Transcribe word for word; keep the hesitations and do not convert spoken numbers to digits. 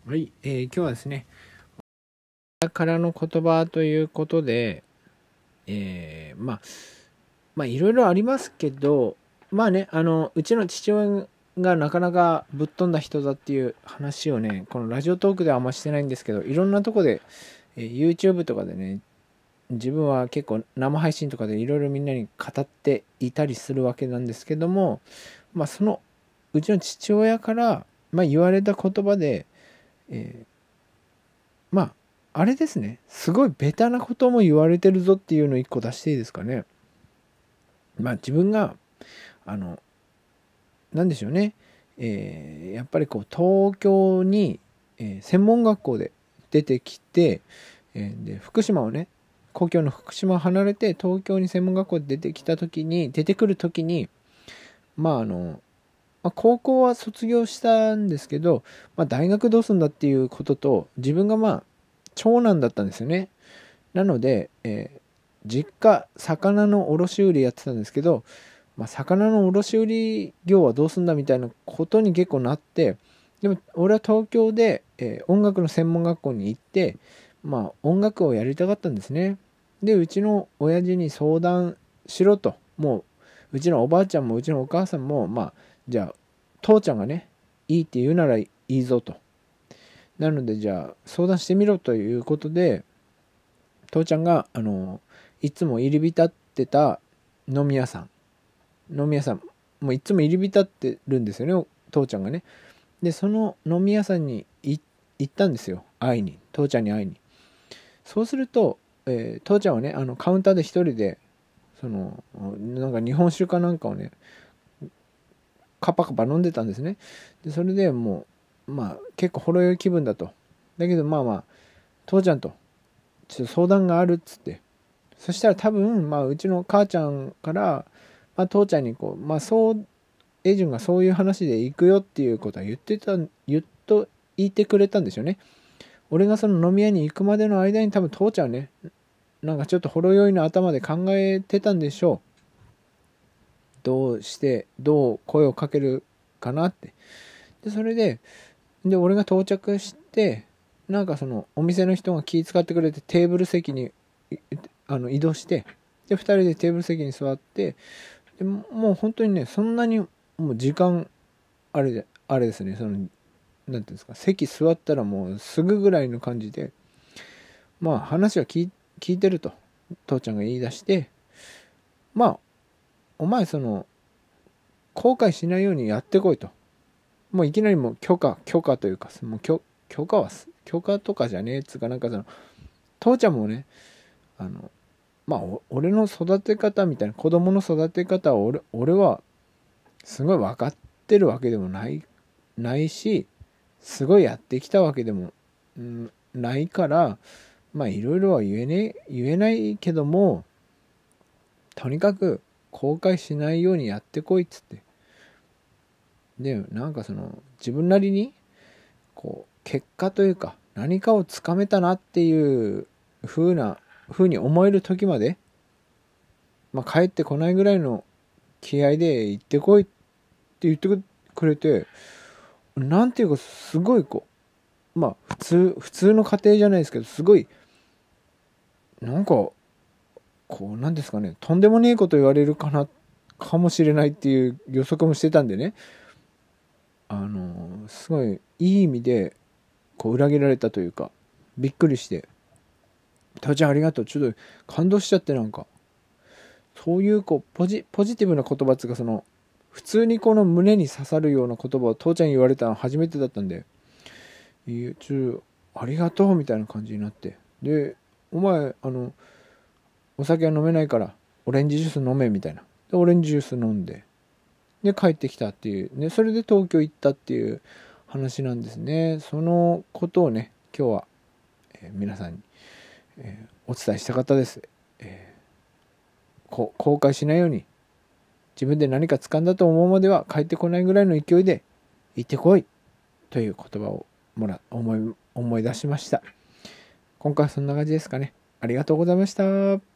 はい、えー今日はですね、親からの言葉ということで、えーまあ、まあ、いろいろありますけど、まあね、あの、うちの父親がなかなかぶっ飛んだ人だっていう話をね、このラジオトークではあんましてないんですけど、いろんなとこで、えー YouTube とかでね、自分は結構生配信とかでいろいろみんなに語っていたりするわけなんですけども、まあ、そのうちの父親から、まあ、言われた言葉で、えーまあ、あれですね。すごいベタなことも言われてるぞっていうのを一個出していいですかね。まあ自分が、あの、なんでしょうね。えーやっぱりこう、東京に、えー専門学校で出てきて、えーで、福島をね、故郷の福島を離れて東京に専門学校で出てきた時に、出てくる時に、まああの、まあ、高校は卒業したんですけど、まあ、大学どうすんだっていうことと、自分がまあ、長男だったんですよね。なので、えー実家、魚の卸売やってたんですけど、まあ、魚の卸売業はどうすんだみたいなことに結構なって、でも俺は東京で、えー音楽の専門学校に行って、まあ音楽をやりたかったんですね。で、うちの親父に相談しろと。もう、うちのおばあちゃんもうちのお母さんも、まあ、じゃあ、父ちゃんがね、いいって言うならいいぞと。なので、じゃあ、相談してみろということで、父ちゃんが、あの、いつも入り浸ってた飲み屋さん。飲み屋さん。もういつも入り浸ってるんですよね、父ちゃんがね。で、その飲み屋さんに行ったんですよ。会いに。父ちゃんに会いに。そうすると、えー父ちゃんはね、あの、カウンターで一人で、その、なんか日本酒かなんかをね、カパカパ飲んでたんですね。で、それでもう、まあ、結構ほろ酔い気分だと。だけど、まあまあ、父ちゃんと、ちょっと相談があるっつって。そしたら多分、まあ、うちの母ちゃんから、まあ、父ちゃんにこう、まあ、そう、エイジュンがそういう話で行くよっていうことは言ってた、言っと、言ってくれたんですよね。俺がその飲み屋に行くまでの間に多分父ちゃんはね、なんかちょっとほろ酔いの頭で考えてたんでしょう。どうして、どう声をかけるかなって。で、それで、で、俺が到着して、なんかその、お店の人が気遣ってくれてテーブル席に、あの、移動して、で、二人でテーブル席に座って、でもう本当にね、そんなに、もう時間、あれで、あれですね、その、なんていうんですか、席座ったらもうすぐぐらいの感じで、まあ話は聞い聞いてると、父ちゃんが言い出して、まあ、お前その、後悔しないようにやってこいと。もういきなりもう許可、許可というか、もう許許可は、許可とかじゃねえっつうかなんかその、父ちゃんもね、あの、まあ、俺の育て方みたいな、子供の育て方は俺、俺は、すごい分かってるわけでもない、ないし、すごいやってきたわけでも、うん、ないから、まあ、いろいろは言えねえ、言えないけども、とにかく、後悔しないようにやってこいっつって。で、なんかその、自分なりに、こう、結果というか、何かをつかめたなっていう風な、風に思える時まで、まあ、帰ってこないぐらいの気合で行ってこいって言ってくれて、なんていうか、すごいこう、まあ、普通、普通の家庭じゃないですけど、すごい、なんか、こう、なんですかね、とんでもねえこと言われるかな、かもしれないっていう予測もしてたんでね、あの、すごい、いい意味で、こう、裏切られたというか、びっくりして、父ちゃんありがとう。ちょっと感動しちゃってなんか。そういうこうポジ、ポジティブな言葉っていうかその、普通にこの胸に刺さるような言葉を父ちゃんに言われたの初めてだったんで、いや、ちょ、ありがとうみたいな感じになって。で、お前、あの、お酒は飲めないから、オレンジジュース飲めみたいな。で、オレンジジュース飲んで、で、帰ってきたっていう、ね、それで東京行ったっていう話なんですね。そのことをね、今日は、えー皆さんに、えーお伝えしたかったです。えーこ後悔しないように自分で何か掴んだと思うまでは帰ってこないぐらいの勢いで行ってこいという言葉をもら思い思い出しました。今回はそんな感じですかね。ありがとうございました。